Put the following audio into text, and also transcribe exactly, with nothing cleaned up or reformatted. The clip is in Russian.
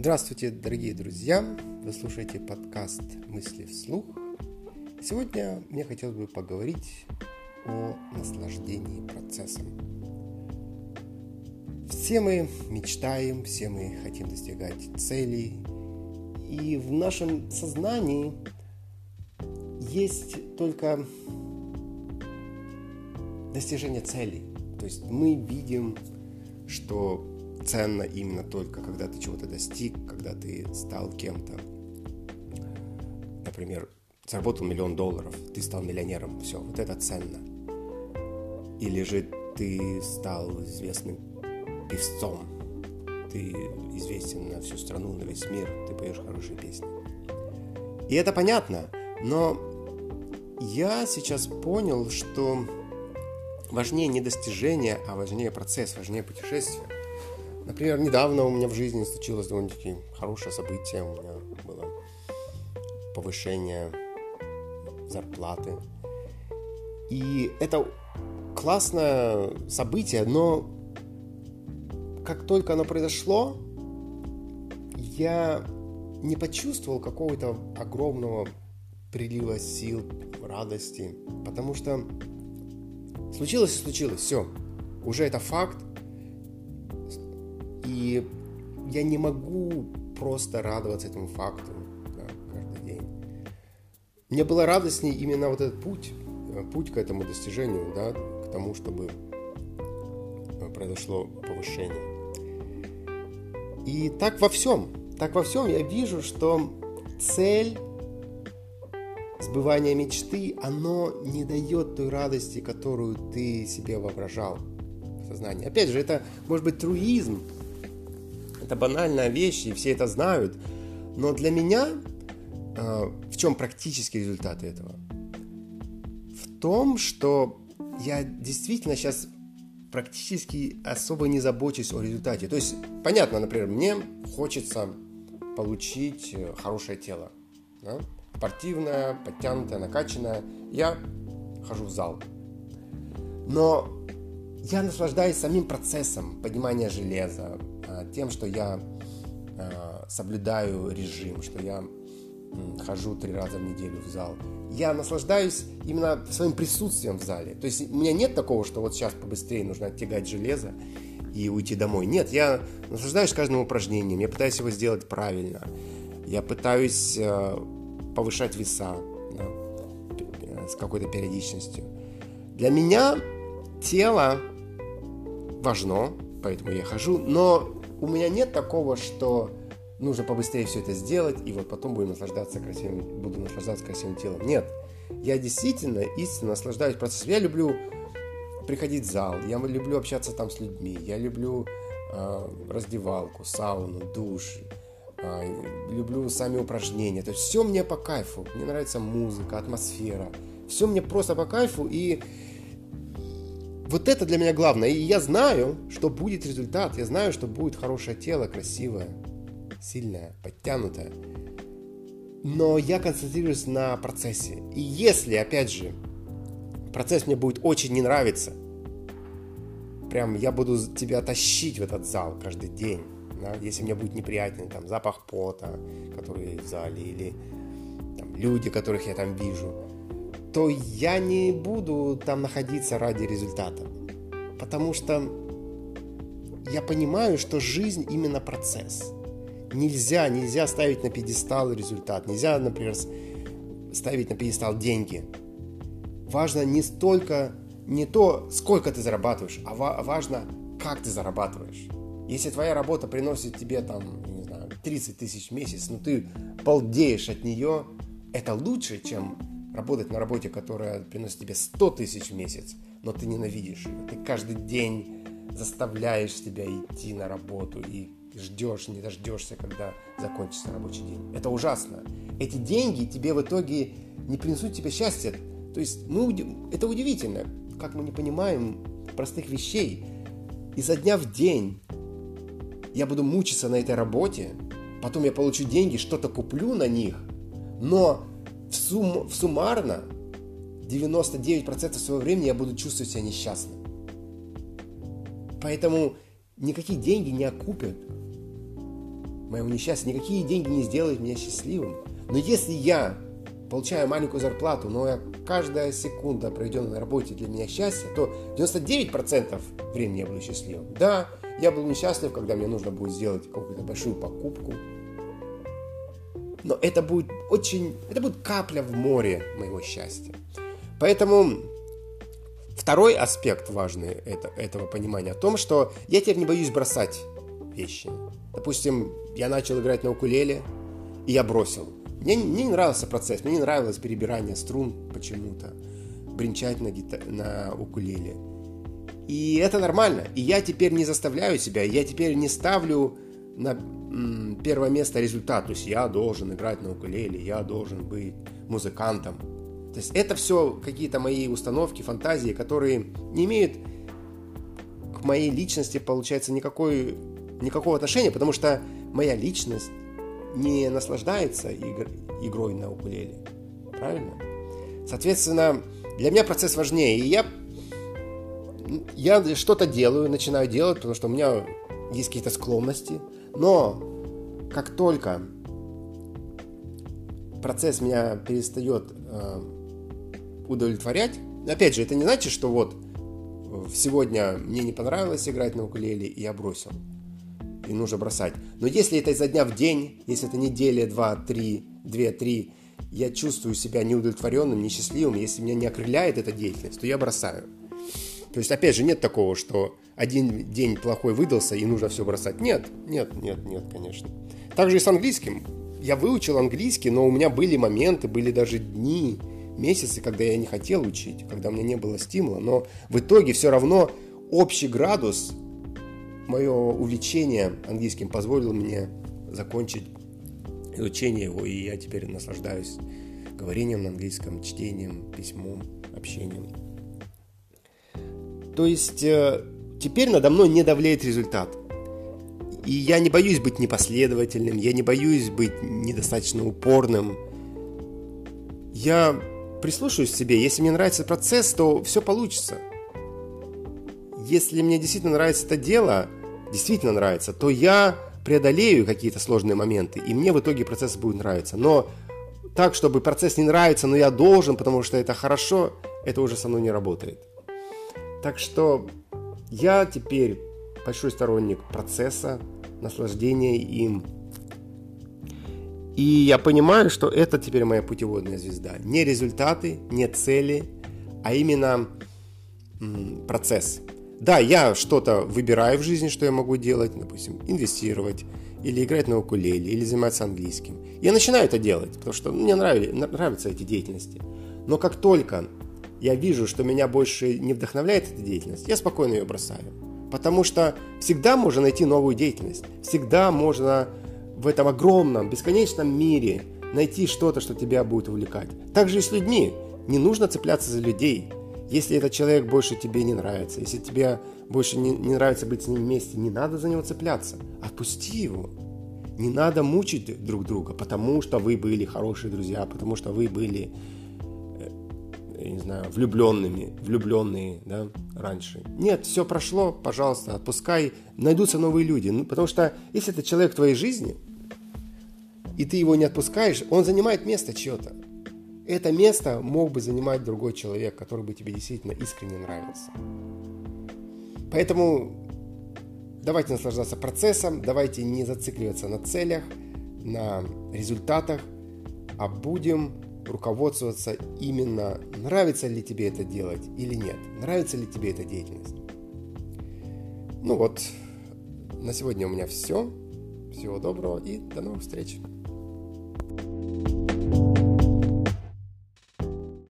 Здравствуйте, дорогие друзья! Вы слушаете подкаст «Мысли вслух». Сегодня мне хотелось бы поговорить о наслаждении процессом. Все мы мечтаем, все мы хотим достигать целей, и в нашем сознании есть только достижение целей. То есть мы видим, что ценно именно только, когда ты чего-то достиг, когда ты стал кем-то. Например, заработал миллион долларов, ты стал миллионером, все, вот это ценно. Или же ты стал известным певцом, ты известен на всю страну, на весь мир, ты поешь хорошие песни. И это понятно, но я сейчас понял, что важнее не достижение, а важнее процесс, важнее путешествие. Например, недавно у меня в жизни случилось довольно-таки хорошее событие. У меня было повышение зарплаты. И это классное событие, но как только оно произошло, я не почувствовал какого-то огромного прилива сил, радости. Потому что случилось и случилось, все. Уже это факт. И я не могу просто радоваться этому факту, да, каждый день. Мне было радостнее именно вот этот путь, путь к этому достижению, да, к тому, чтобы произошло повышение. И так во всем, так во всем я вижу, что цель сбывания мечты, оно не дает той радости, которую ты себе воображал в сознании. Опять же, это может быть труизм. Это банальная вещь, и все это знают. Но для меня э, в чем практический результат этого? В том, что я действительно сейчас практически особо не забочусь о результате. То есть, понятно, например, мне хочется получить хорошее тело. Да? Спортивное, подтянутое, накачанное. Я хожу в зал. Но я наслаждаюсь самим процессом поднимания железа, тем, что я э, соблюдаю режим, что я э, хожу три раза в неделю в зал. Я наслаждаюсь именно своим присутствием в зале. То есть у меня нет такого, что вот сейчас побыстрее нужно оттягать железо и уйти домой. Нет, я наслаждаюсь каждым упражнением, я пытаюсь его сделать правильно. Я пытаюсь э, повышать веса, да, с какой-то периодичностью. Для меня тело важно, поэтому я хожу, но у меня нет такого, что нужно побыстрее все это сделать, и вот потом буду наслаждаться красивым, буду наслаждаться красивым телом. Нет, я действительно, истинно наслаждаюсь процессом. Я люблю приходить в зал, я люблю общаться там с людьми, я люблю э, раздевалку, сауну, душ, э, люблю сами упражнения. То есть все мне по кайфу, мне нравится музыка, атмосфера, все мне просто по кайфу, и вот это для меня главное. И я знаю, что будет результат. Я знаю, что будет хорошее тело, красивое, сильное, подтянутое. Но я концентрируюсь на процессе. И если, опять же, процесс мне будет очень не нравиться, прям я буду тебя тащить в этот зал каждый день, да? Если мне будет неприятен там запах пота, который в зале, или там, люди, которых я там вижу, то я не буду там находиться ради результата. Потому что я понимаю, что жизнь именно процесс. Нельзя, нельзя ставить на пьедестал результат. Нельзя, например, ставить на пьедестал деньги. Важно не столько, не то, сколько ты зарабатываешь, а важно, как ты зарабатываешь. Если твоя работа приносит тебе там, не знаю, тридцать тысяч в месяц, но ты балдеешь от нее, это лучше, чем работать на работе, которая приносит тебе сто тысяч в месяц, но ты ненавидишь ее. Ты каждый день заставляешь себя идти на работу и ждешь, не дождешься, когда закончится рабочий день. Это ужасно. Эти деньги тебе в итоге не принесут тебе счастья. То есть мы, это удивительно, как мы не понимаем простых вещей. Изо дня в день я буду мучиться на этой работе, потом я получу деньги, что-то куплю на них, но В, сум, в суммарно девяносто девять процентов своего времени я буду чувствовать себя несчастным. Поэтому никакие деньги не окупят моего несчастья. Никакие деньги не сделают меня счастливым. Но если я получаю маленькую зарплату, но я, каждая секунда, проведенная на работе, для меня счастье, то девяносто девять процентов времени я буду счастливым. Да, я буду несчастлив, когда мне нужно будет сделать какую-то большую покупку. Но это будет очень, это будет капля в море моего счастья. Поэтому второй аспект важный это, этого понимания о том, что я теперь не боюсь бросать вещи. Допустим, я начал играть на укулеле, и я бросил. Мне, мне не нравился процесс, мне не нравилось перебирание струн почему-то, бренчать на, гита- на укулеле. И это нормально. И я теперь не заставляю себя, я теперь не ставлю на м, первое место результат. То есть я должен играть на укулеле, я должен быть музыкантом. То есть это все какие-то мои установки, фантазии, которые не имеют к моей личности, получается, никакой, никакого отношения, потому что моя личность не наслаждается игр, игрой на укулеле. Правильно? Соответственно, для меня процесс важнее. И я, я что-то делаю, начинаю делать, потому что у меня есть какие-то склонности. Но как только процесс меня перестает э, удовлетворять, опять же, это не значит, что вот сегодня мне не понравилось играть на укулеле, и я бросил. И нужно бросать. Но если это изо дня в день, если это неделя, два, три, две, три, я чувствую себя неудовлетворенным, несчастливым, если меня не окрыляет эта деятельность, то я бросаю. То есть, опять же, нет такого, что один день плохой выдался и нужно все бросать. Нет, нет, нет, нет, конечно. Также и с английским. Я выучил английский, но у меня были моменты, были даже дни, месяцы, когда я не хотел учить, когда у меня не было стимула. Но в итоге все равно общий градус, мое увлечение английским позволило мне закончить изучение его, и я теперь наслаждаюсь говорением на английском, чтением, письмом, общением. То есть теперь надо мной не давлеет результат. И я не боюсь быть непоследовательным, я не боюсь быть недостаточно упорным. Я прислушаюсь к себе. Если мне нравится процесс, то все получится. Если мне действительно нравится это дело, действительно нравится, то я преодолею какие-то сложные моменты, и мне в итоге процесс будет нравиться. Но так, чтобы процесс не нравится, но я должен, потому что это хорошо, это уже со мной не работает. Так что я теперь большой сторонник процесса, наслаждения им. И я понимаю, что это теперь моя путеводная звезда. Не результаты, не цели, а именно м, процесс. Да, я что-то выбираю в жизни, что я могу делать, допустим, инвестировать, или играть на укулеле, или заниматься английским. Я начинаю это делать, потому что мне нравятся, нравятся эти деятельности. Но как только я вижу, что меня больше не вдохновляет эта деятельность, я спокойно ее бросаю. Потому что всегда можно найти новую деятельность. Всегда можно в этом огромном, бесконечном мире найти что-то, что тебя будет увлекать. Так же и с людьми. Не нужно цепляться за людей. Если этот человек больше тебе не нравится, если тебе больше не, не нравится быть с ним вместе, не надо за него цепляться. Отпусти его. Не надо мучить друг друга, потому что вы были хорошие друзья, потому что вы были, я не знаю, влюбленными, влюбленные, да, раньше. Нет, все прошло, пожалуйста, отпускай, найдутся новые люди. Ну, потому что если это человек в твоей жизни, и ты его не отпускаешь, он занимает место чье-то. Это место мог бы занимать другой человек, который бы тебе действительно искренне нравился. Поэтому давайте наслаждаться процессом, давайте не зацикливаться на целях, на результатах, а будем руководствоваться именно, нравится ли тебе это делать или нет, нравится ли тебе эта деятельность. Ну вот, на сегодня у меня все. Всего доброго и до новых встреч.